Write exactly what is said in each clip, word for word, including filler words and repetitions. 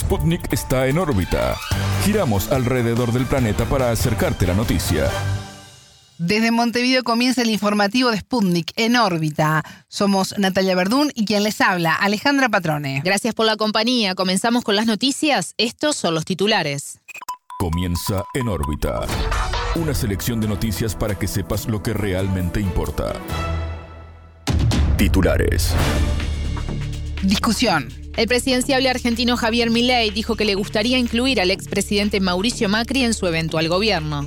Sputnik está en órbita. Giramos alrededor del planeta para acercarte la noticia. Desde Montevideo comienza el informativo de Sputnik en órbita. Somos Natalia Verdún y quien les habla, Alejandra Patrone. Gracias por la compañía. Comenzamos con las noticias. Estos son los titulares. Comienza en órbita. Una selección de noticias para que sepas lo que realmente importa. Titulares. Discusión. El presidenciable argentino Javier Milei dijo que le gustaría incluir al expresidente Mauricio Macri en su eventual gobierno.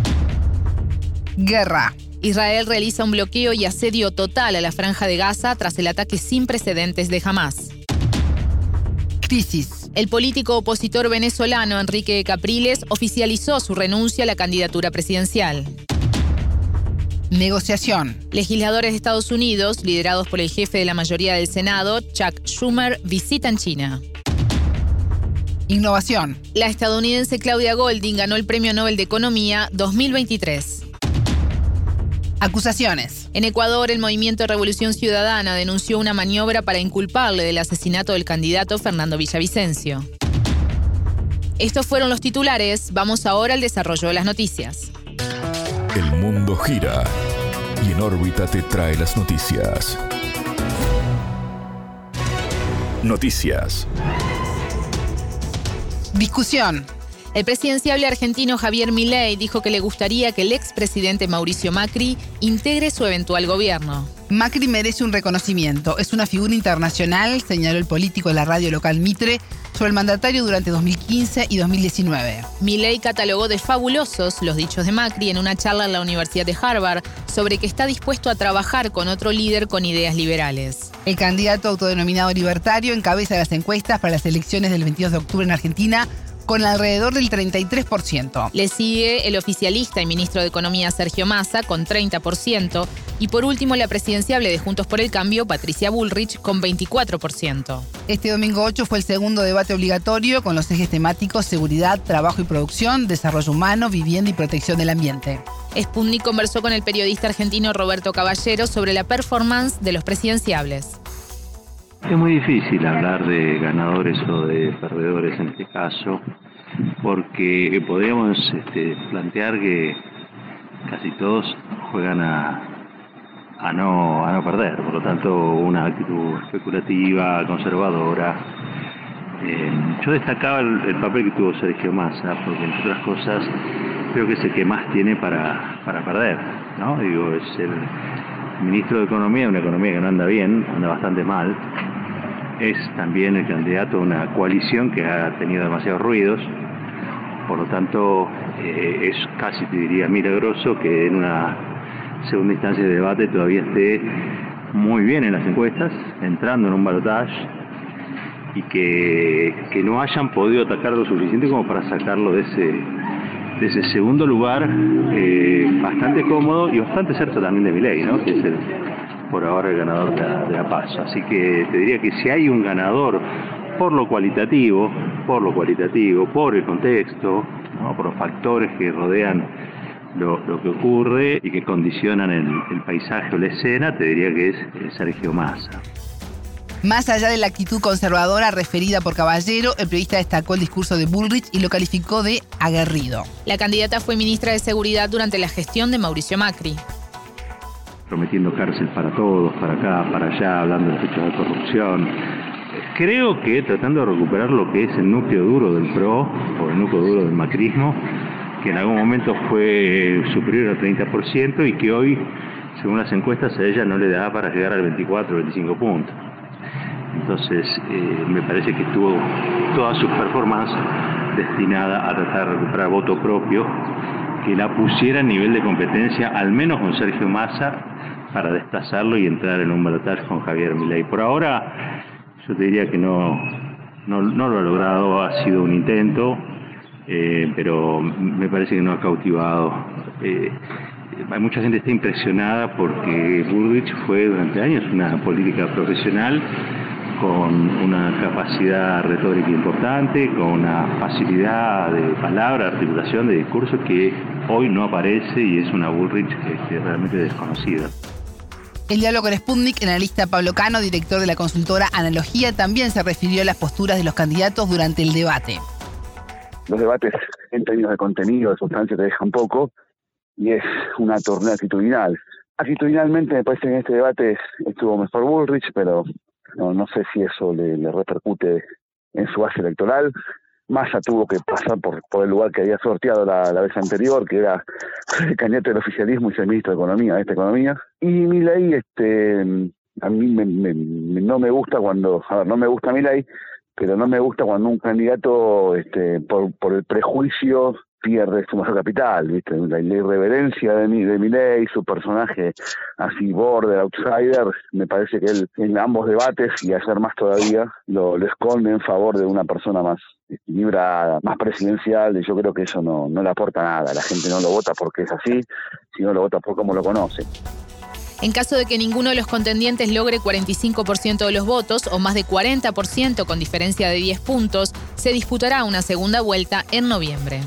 Guerra. Israel realiza un bloqueo y asedio total a la Franja de Gaza tras el ataque sin precedentes de Hamás. Crisis. El político opositor venezolano Enrique Capriles oficializó su renuncia a la candidatura presidencial. Negociación. Legisladores de Estados Unidos, liderados por el jefe de la mayoría del Senado, Chuck Schumer, visitan China. Innovación. La estadounidense Claudia Goldin ganó el Premio Nobel de Economía dos mil veintitrés. Acusaciones. En Ecuador, el Movimiento Revolución Ciudadana denunció una maniobra para inculparle del asesinato del candidato Fernando Villavicencio. Estos fueron los titulares. Vamos ahora al desarrollo de las noticias. El mundo gira y en órbita te trae las noticias. Noticias. Discusión. El presidenciable argentino Javier Milei dijo que le gustaría que el expresidente Mauricio Macri integre su eventual gobierno. Macri merece un reconocimiento. Es una figura internacional, señaló el político de la radio local Mitre sobre el mandatario durante dos mil quince y dos mil diecinueve. Milei catalogó de fabulosos los dichos de Macri en una charla en la Universidad de Harvard sobre que está dispuesto a trabajar con otro líder con ideas liberales. El candidato autodenominado libertario encabeza las encuestas para las elecciones del veintidós de octubre en Argentina con alrededor del treinta y tres por ciento. Le sigue el oficialista y ministro de Economía Sergio Massa con treinta por ciento y por último la presidenciable de Juntos por el Cambio Patricia Bullrich con veinticuatro por ciento. Este domingo ocho fue el segundo debate obligatorio con los ejes temáticos seguridad, trabajo y producción, desarrollo humano, vivienda y protección del ambiente. Sputnik conversó con el periodista argentino Roberto Caballero sobre la performance de los presidenciables. Es muy difícil hablar de ganadores o de perdedores en este caso, porque podríamos este, plantear que casi todos juegan a, a, no, a no perder, por lo tanto una actitud especulativa, conservadora. Eh, yo destacaba el, el papel que tuvo Sergio Massa, porque entre otras cosas creo que es el que más tiene para, para perder, ¿no? Digo, es el ministro de Economía, una economía que no anda bien, anda bastante mal. Es también el candidato a una coalición que ha tenido demasiados ruidos, por lo tanto eh, es casi, te diría, milagroso que en una segunda instancia de debate todavía esté muy bien en las encuestas, entrando en un balotaje, y que, que no hayan podido atacar lo suficiente como para sacarlo de ese, de ese segundo lugar eh, bastante cómodo y bastante cerca también de Milei, ¿no? Que es el, por ahora el ganador de la, de la PASO. Así que te diría que si hay un ganador por lo cualitativo, por lo cualitativo, por el contexto, ¿no? Por los factores que rodean lo, lo que ocurre y que condicionan el, el paisaje o la escena, te diría que es, es Sergio Massa. Más allá de la actitud conservadora referida por Caballero, el periodista destacó el discurso de Bullrich y lo calificó de aguerrido. La candidata fue ministra de Seguridad durante la gestión de Mauricio Macri. Prometiendo cárcel para todos, para acá, para allá, hablando de hechos de corrupción. Creo que tratando de recuperar lo que es el núcleo duro del P R O, o el núcleo duro del macrismo, que en algún momento fue superior al treinta por ciento y que hoy, según las encuestas, a ella no le da para llegar al veinticuatro o veinticinco puntos. Entonces, eh, me parece que estuvo toda su performance destinada a tratar de recuperar voto propio, que la pusiera a nivel de competencia, al menos con Sergio Massa, para desplazarlo y entrar en un balotaje con Javier Milei. Por ahora, yo te diría que no, no, no lo ha logrado, ha sido un intento, eh, pero me parece que no ha cautivado. Eh, hay mucha gente que está impresionada porque Bullrich fue durante años una política profesional con una capacidad retórica importante, con una facilidad de palabra, articulación, de discurso que hoy no aparece y es una Bullrich que es realmente desconocida. El diálogo con Sputnik, el analista Pablo Cano, director de la consultora Analogía, también se refirió a las posturas de los candidatos durante el debate. Los debates en términos de contenido, de sustancia, te dejan poco y es una tornea actitudinal. Actitudinalmente me parece que en este debate estuvo mejor Bullrich, pero no, no sé si eso le, le repercute en su base electoral. Massa tuvo que pasar por, por el lugar que había sorteado la, la vez anterior, que era el candidato del oficialismo y ser ministro de Economía, de esta Economía. Y Milei, este, a mí me, me, me, no me gusta cuando, a ver, no me gusta Milei, pero no me gusta cuando un candidato, este, por, por el prejuicio, pierde su mayor capital, ¿viste? La, la irreverencia de, de Milei, su personaje así border, outsider, me parece que él en ambos debates, y ayer más todavía, lo, lo esconde en favor de una persona más equilibrada, más presidencial, y yo creo que eso no, no le aporta nada. La gente no lo vota porque es así, sino lo vota por cómo lo conoce. En caso de que ninguno de los contendientes logre cuarenta y cinco por ciento de los votos o más de cuarenta por ciento con diferencia de diez puntos, se disputará una segunda vuelta en noviembre.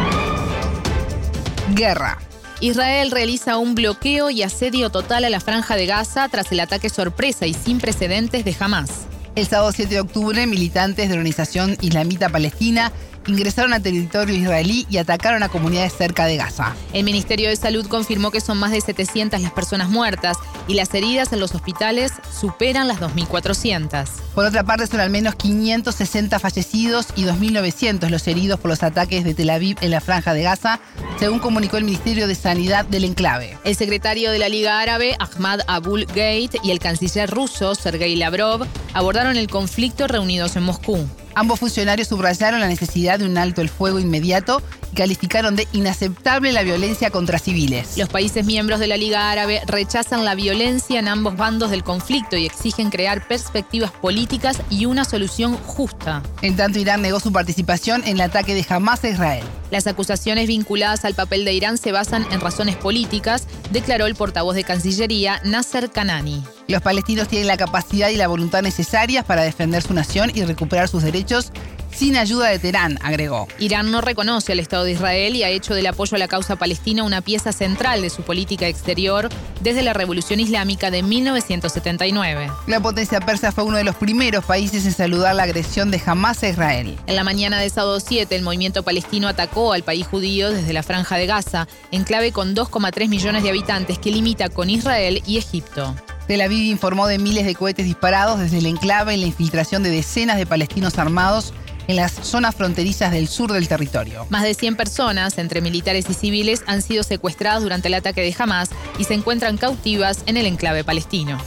Guerra. Israel realiza un bloqueo y asedio total a la Franja de Gaza tras el ataque sorpresa y sin precedentes de Hamás. El sábado siete de octubre, militantes de la organización islamita palestina ingresaron a territorio israelí y atacaron a comunidades cerca de Gaza. El Ministerio de Salud confirmó que son más de setecientas las personas muertas y las heridas en los hospitales superan las dos mil cuatrocientas. Por otra parte, son al menos quinientos sesenta fallecidos y dos mil novecientos los heridos por los ataques de Tel Aviv en la Franja de Gaza, según comunicó el Ministerio de Sanidad del enclave. El secretario de la Liga Árabe, Ahmad Abul Gheit, y el canciller ruso, Sergei Lavrov, abordaron el conflicto reunidos en Moscú. Ambos funcionarios subrayaron la necesidad de un alto el fuego inmediato y calificaron de inaceptable la violencia contra civiles. Los países miembros de la Liga Árabe rechazan la violencia en ambos bandos del conflicto y exigen crear perspectivas políticas y una solución justa. En tanto, Irán negó su participación en el ataque de Hamás a Israel. Las acusaciones vinculadas al papel de Irán se basan en razones políticas, declaró el portavoz de Cancillería, Nasser Kanani. Los palestinos tienen la capacidad y la voluntad necesarias para defender su nación y recuperar sus derechos sin ayuda de Teherán, agregó. Irán no reconoce al Estado de Israel y ha hecho del apoyo a la causa palestina una pieza central de su política exterior desde la Revolución Islámica de mil novecientos setenta y nueve. La potencia persa fue uno de los primeros países en saludar la agresión de Hamás a Israel. En la mañana de sábado siete, el movimiento palestino atacó al país judío desde la Franja de Gaza, enclave con dos coma tres millones de habitantes que limita con Israel y Egipto. Tel Aviv informó de miles de cohetes disparados desde el enclave y la infiltración de decenas de palestinos armados en las zonas fronterizas del sur del territorio. Más de cien personas, entre militares y civiles, han sido secuestradas durante el ataque de Hamás y se encuentran cautivas en el enclave palestino.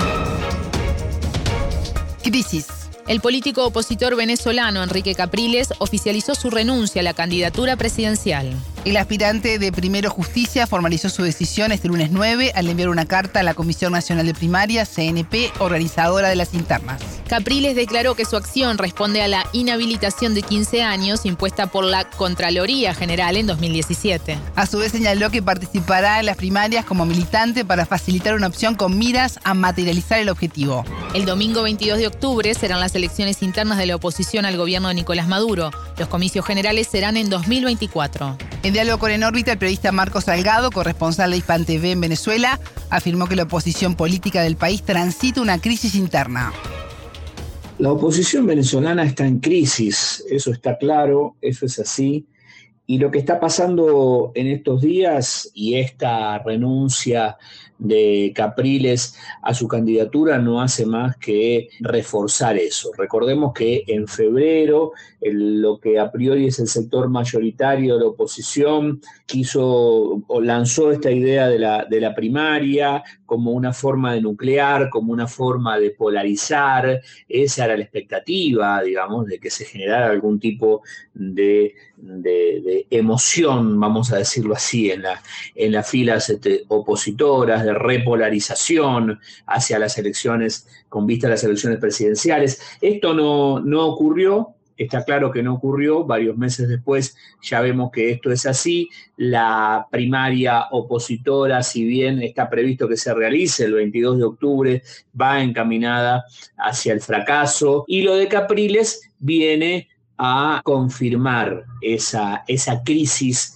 Crisis. El político opositor venezolano Enrique Capriles oficializó su renuncia a la candidatura presidencial. El aspirante de Primero Justicia formalizó su decisión este lunes nueve al enviar una carta a la Comisión Nacional de Primarias, C N P, organizadora de las internas. Capriles declaró que su acción responde a la inhabilitación de quince años impuesta por la Contraloría General en dos mil diecisiete. A su vez señaló que participará en las primarias como militante para facilitar una opción con miras a materializar el objetivo. El domingo veintidós de octubre serán las elecciones internas de la oposición al gobierno de Nicolás Maduro. Los comicios generales serán en dos mil veinticuatro. En diálogo con En órbita, el periodista Marcos Salgado, corresponsal de Hispan T V en Venezuela, afirmó que la oposición política del país transita una crisis interna. La oposición venezolana está en crisis, eso está claro, eso es así. Y lo que está pasando en estos días y esta renuncia de Capriles a su candidatura no hace más que reforzar eso. Recordemos que en febrero el, lo que a priori es el sector mayoritario de la oposición quiso o lanzó esta idea de la, de la primaria como una forma de nuclear, como una forma de polarizar. Esa era la expectativa, digamos, de que se generara algún tipo de, de, de emoción, vamos a decirlo así, en, la, en las filas este, opositoras, de repolarización hacia las elecciones, con vista a las elecciones presidenciales. Esto no, no ocurrió, está claro que no ocurrió, varios meses después ya vemos que esto es así. La primaria opositora, si bien está previsto que se realice el veintidós de octubre, va encaminada hacia el fracaso, y lo de Capriles viene a confirmar esa, esa crisis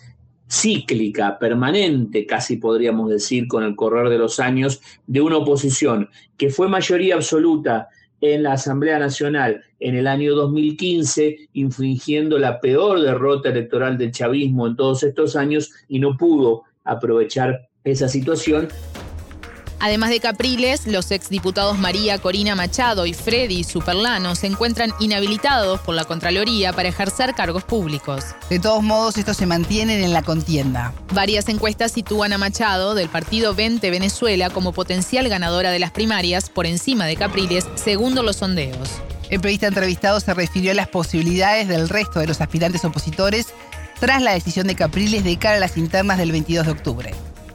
cíclica, permanente, casi podríamos decir, con el correr de los años, de una oposición que fue mayoría absoluta en la Asamblea Nacional en el año dos mil quince, infringiendo la peor derrota electoral del chavismo en todos estos años, y no pudo aprovechar esa situación. Además de Capriles, los exdiputados María Corina Machado y Freddy Superlano se encuentran inhabilitados por la Contraloría para ejercer cargos públicos. De todos modos, estos se mantienen en la contienda. Varias encuestas sitúan a Machado, del partido Vente Venezuela, como potencial ganadora de las primarias, por encima de Capriles, según los sondeos. El periodista entrevistado se refirió a las posibilidades del resto de los aspirantes opositores tras la decisión de Capriles de cara a las internas del veintidós de octubre.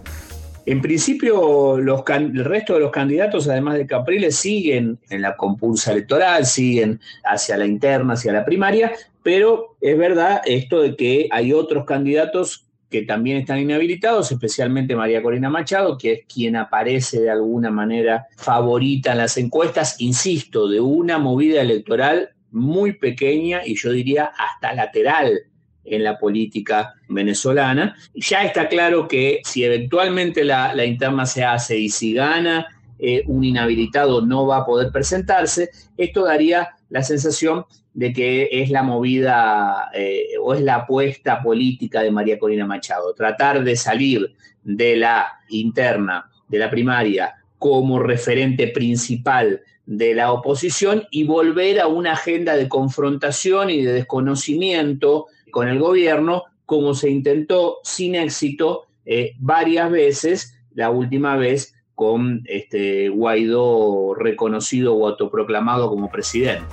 En principio, los, el resto de los candidatos, además de Capriles, siguen en la compulsa electoral, siguen hacia la interna, hacia la primaria, pero es verdad esto de que hay otros candidatos que también están inhabilitados, especialmente María Corina Machado, que es quien aparece de alguna manera favorita en las encuestas, insisto, de una movida electoral muy pequeña y yo diría hasta lateral en la política venezolana. Ya está claro que si eventualmente la, la interna se hace y si gana eh, un inhabilitado no va a poder presentarse, esto daría la sensación de que es la movida eh, o es la apuesta política de María Corina Machado, tratar de salir de la interna, de la primaria, como referente principal de la oposición y volver a una agenda de confrontación y de desconocimiento con el gobierno, como se intentó sin éxito eh, varias veces, la última vez con este Guaidó reconocido o autoproclamado como presidente.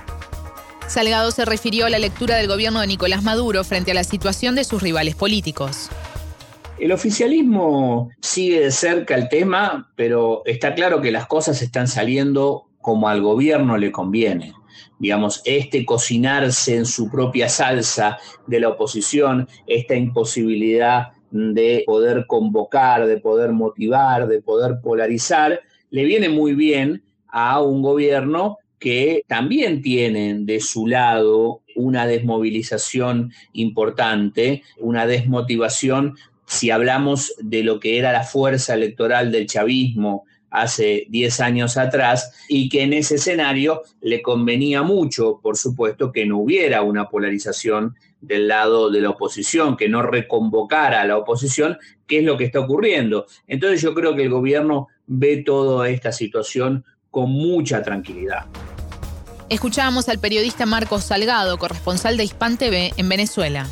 Salgado se refirió a la lectura del gobierno de Nicolás Maduro frente a la situación de sus rivales políticos. El oficialismo sigue de cerca el tema, pero está claro que las cosas están saliendo como al gobierno le conviene. Digamos, este cocinarse en su propia salsa de la oposición, esta imposibilidad de poder convocar, de poder motivar, de poder polarizar, le viene muy bien a un gobierno que también tiene de su lado una desmovilización importante, una desmotivación, si hablamos de lo que era la fuerza electoral del chavismo hace diez años atrás, y que en ese escenario le convenía mucho, por supuesto, que no hubiera una polarización del lado de la oposición, que no reconvocara a la oposición, que es lo que está ocurriendo. Entonces yo creo que el gobierno ve toda esta situación con mucha tranquilidad. Escuchábamos al periodista Marcos Salgado, corresponsal de Hispan T V en Venezuela.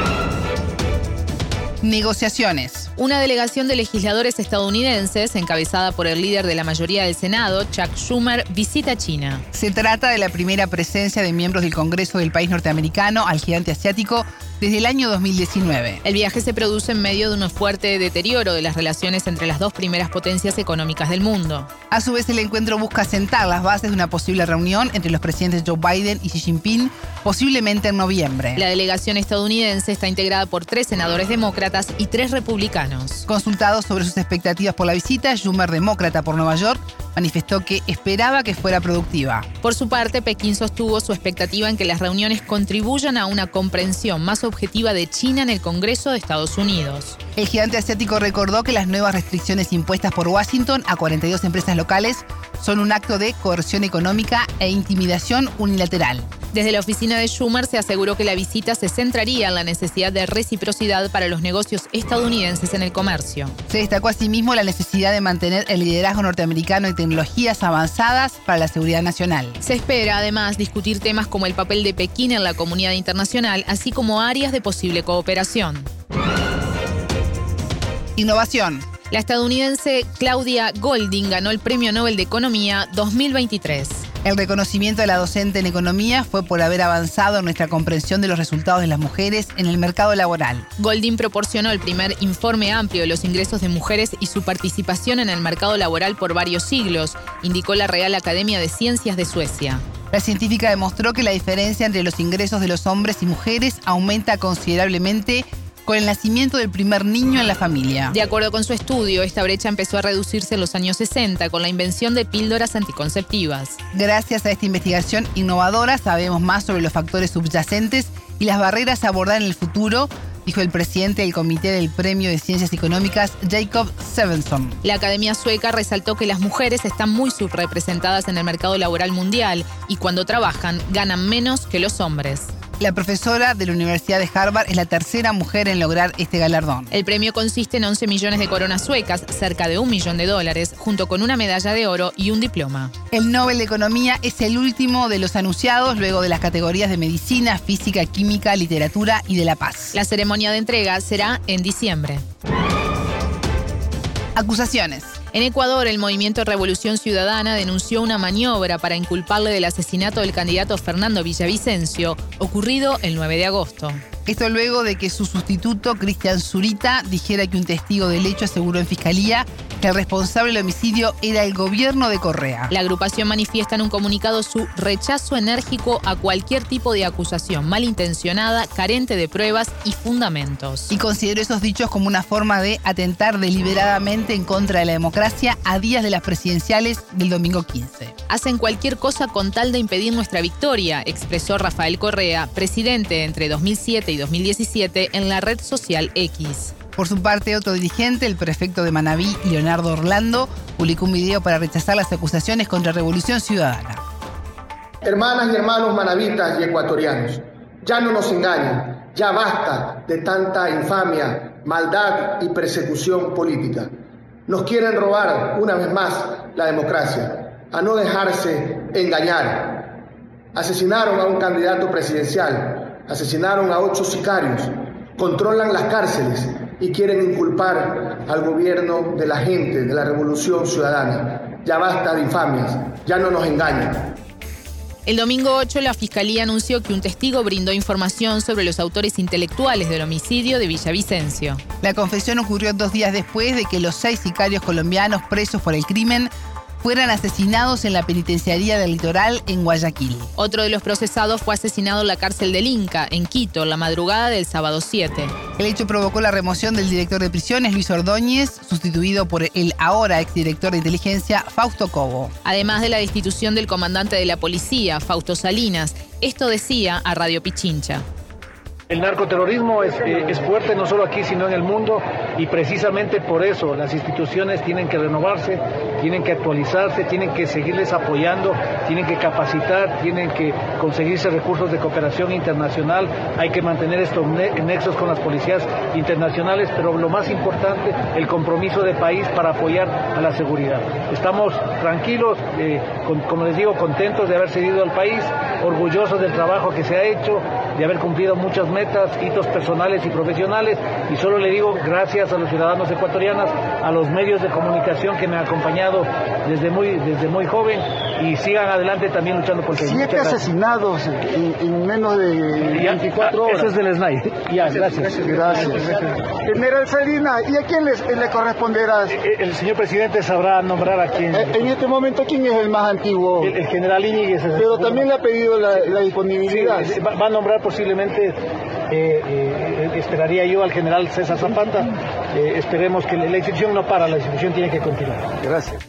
Negociaciones. Una delegación de legisladores estadounidenses, encabezada por el líder de la mayoría del Senado, Chuck Schumer, visita China. Se trata de la primera presencia de miembros del Congreso del país norteamericano al gigante asiático desde el año dos mil diecinueve. El viaje se produce en medio de un fuerte deterioro de las relaciones entre las dos primeras potencias económicas del mundo. A su vez, el encuentro busca sentar las bases de una posible reunión entre los presidentes Joe Biden y Xi Jinping, posiblemente en noviembre. La delegación estadounidense está integrada por tres senadores demócratas y tres republicanos. Consultado sobre sus expectativas por la visita, Schumer, demócrata por Nueva York, manifestó que esperaba que fuera productiva. Por su parte, Pekín sostuvo su expectativa en que las reuniones contribuyan a una comprensión más objetiva de China en el Congreso de Estados Unidos. El gigante asiático recordó que las nuevas restricciones impuestas por Washington a cuarenta y dos empresas locales son un acto de coerción económica e intimidación unilateral. Desde la oficina de Schumer se aseguró que la visita se centraría en la necesidad de reciprocidad para los negocios estadounidenses en el comercio. Se destacó asimismo la necesidad de mantener el liderazgo norteamericano en tecnologías avanzadas para la seguridad nacional. Se espera además discutir temas como el papel de Pekín en la comunidad internacional, así como áreas de posible cooperación. Innovación. La estadounidense Claudia Goldin ganó el Premio Nobel de Economía dos mil veintitrés. El reconocimiento de la docente en economía fue por haber avanzado en nuestra comprensión de los resultados de las mujeres en el mercado laboral. Goldin proporcionó el primer informe amplio de los ingresos de mujeres y su participación en el mercado laboral por varios siglos, indicó la Real Academia de Ciencias de Suecia. La científica demostró que la diferencia entre los ingresos de los hombres y mujeres aumenta considerablemente con el nacimiento del primer niño en la familia. De acuerdo con su estudio, esta brecha empezó a reducirse en los años sesenta con la invención de píldoras anticonceptivas. Gracias a esta investigación innovadora sabemos más sobre los factores subyacentes y las barreras a abordar en el futuro, dijo el presidente del Comité del Premio de Ciencias Económicas, Jacob Svensson. La Academia Sueca resaltó que las mujeres están muy subrepresentadas en el mercado laboral mundial y cuando trabajan ganan menos que los hombres. La profesora de la Universidad de Harvard es la tercera mujer en lograr este galardón. El premio consiste en once millones de coronas suecas, cerca de un millón de dólares, junto con una medalla de oro y un diploma. El Nobel de Economía es el último de los anunciados luego de las categorías de medicina, física, química, literatura y de la paz. La ceremonia de entrega será en diciembre. Acusaciones. En Ecuador, el Movimiento Revolución Ciudadana denunció una maniobra para inculparle del asesinato del candidato Fernando Villavicencio, ocurrido el nueve de agosto. Esto luego de que su sustituto, Cristian Zurita, dijera que un testigo del hecho aseguró en fiscalía que el responsable del homicidio era el gobierno de Correa. La agrupación manifiesta en un comunicado su rechazo enérgico a cualquier tipo de acusación malintencionada, carente de pruebas y fundamentos. Y consideró esos dichos como una forma de atentar deliberadamente en contra de la democracia a días de las presidenciales del domingo quince. Hacen cualquier cosa con tal de impedir nuestra victoria, expresó Rafael Correa, presidente entre dos mil siete y dos mil diecisiete en la red social X. Por su parte, otro dirigente, el prefecto de Manabí, Leonardo Orlando, publicó un video para rechazar las acusaciones contra Revolución Ciudadana. Hermanas y hermanos manabitas y ecuatorianos, ya no nos engañen, ya basta de tanta infamia, maldad y persecución política. Nos quieren robar una vez más la democracia, a no dejarse engañar. Asesinaron a un candidato presidencial, asesinaron a ocho sicarios, controlan las cárceles y quieren inculpar al gobierno de la gente, de la Revolución Ciudadana. Ya basta de infamias, ya no nos engañen. El domingo ocho, la Fiscalía anunció que un testigo brindó información sobre los autores intelectuales del homicidio de Villavicencio. La confesión ocurrió dos días después de que los seis sicarios colombianos presos por el crimen fueran asesinados en la penitenciaría del Litoral en Guayaquil. Otro de los procesados fue asesinado en la cárcel del Inca, en Quito, la madrugada del sábado siete. El hecho provocó la remoción del director de prisiones, Luis Ordóñez, sustituido por el ahora exdirector de inteligencia, Fausto Cobo. Además de la destitución del comandante de la policía, Fausto Salinas. Esto decía a Radio Pichincha. El narcoterrorismo es, eh, es fuerte no solo aquí, sino en el mundo, y precisamente por eso las instituciones tienen que renovarse, tienen que actualizarse, tienen que seguirles apoyando, tienen que capacitar, tienen que conseguirse recursos de cooperación internacional, hay que mantener estos nexos con las policías internacionales, pero lo más importante, el compromiso de país para apoyar a la seguridad. Estamos tranquilos, eh, con, como les digo, contentos de haber cedido al país, orgullosos del trabajo que se ha hecho, de haber cumplido muchas metas, hitos personales y profesionales, y solo le digo gracias a los ciudadanos ecuatorianos, a los medios de comunicación que me han acompañado desde muy, desde muy joven, y sigan adelante también luchando contra el Siete asesinados en, en menos de veinticuatro horas. Ese es del S N A I. Ya, gracias. Gracias. General Salinas, ¿y a quién le, le corresponderá? El, el señor presidente sabrá nombrar a quién. En este momento, ¿quién es el más antiguo? El, el general Íñiguez. Pero también le ha pedido la, la disponibilidad. Sí, va, va a nombrar posiblemente, eh, eh, esperaría yo, al general César Zapata. Eh, esperemos que la institución no para, la institución tiene que continuar. Gracias.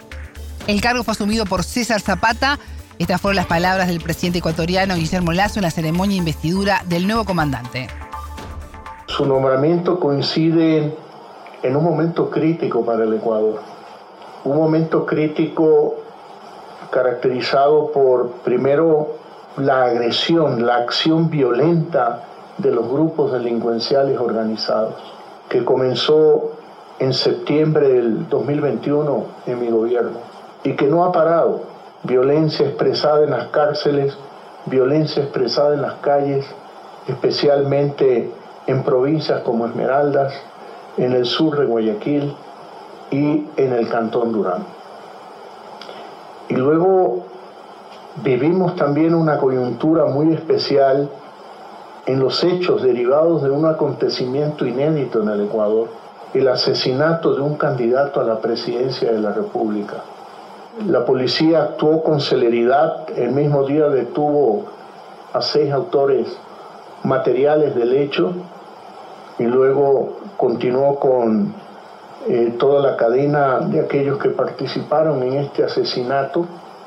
El cargo fue asumido por César Zapata. Estas fueron las palabras del presidente ecuatoriano Guillermo Lasso en la ceremonia de investidura del nuevo comandante. Su nombramiento coincide en un momento crítico para el Ecuador. Un momento crítico caracterizado por, primero, la agresión, la acción violenta de los grupos delincuenciales organizados, que comenzó en septiembre del dos mil veintiuno en mi gobierno y que no ha parado. Violencia expresada en las cárceles, violencia expresada en las calles, especialmente en provincias como Esmeraldas, en el sur de Guayaquil y en el Cantón Durán. Y luego vivimos también una coyuntura muy especial en los hechos derivados de un acontecimiento inédito en el Ecuador, el asesinato de un candidato a la presidencia de la República. La policía actuó con celeridad, el mismo día detuvo a seis autores materiales del hecho y luego continuó con eh, toda la cadena de aquellos que participaron en este asesinato.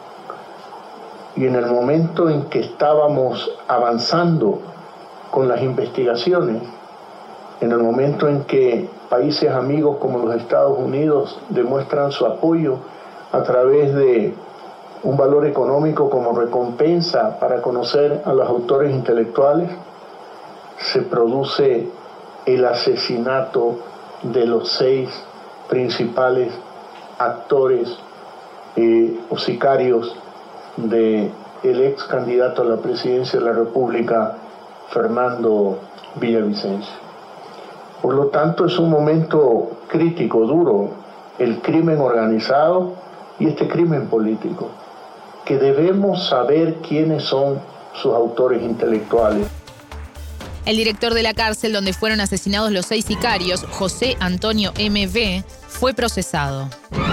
Y en el momento en que estábamos avanzando con las investigaciones, en el momento en que países amigos como los Estados Unidos demuestran su apoyo a través de un valor económico como recompensa para conocer a los autores intelectuales, se produce el asesinato de los seis principales actores eh, o sicarios del ex candidato a la presidencia de la República, Fernando Villavicencio. Por lo tanto, es un momento crítico, duro, el crimen organizado y este crimen político, que debemos saber quiénes son sus autores intelectuales. El director de la cárcel donde fueron asesinados los seis sicarios, José Antonio M V, fue procesado.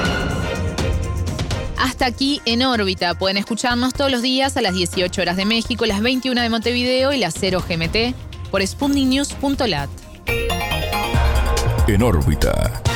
Hasta aquí En órbita. Pueden escucharnos todos los días a las dieciocho horas de México, las veintiuna de Montevideo y las cero G M T por sputnik news punto lat. En órbita.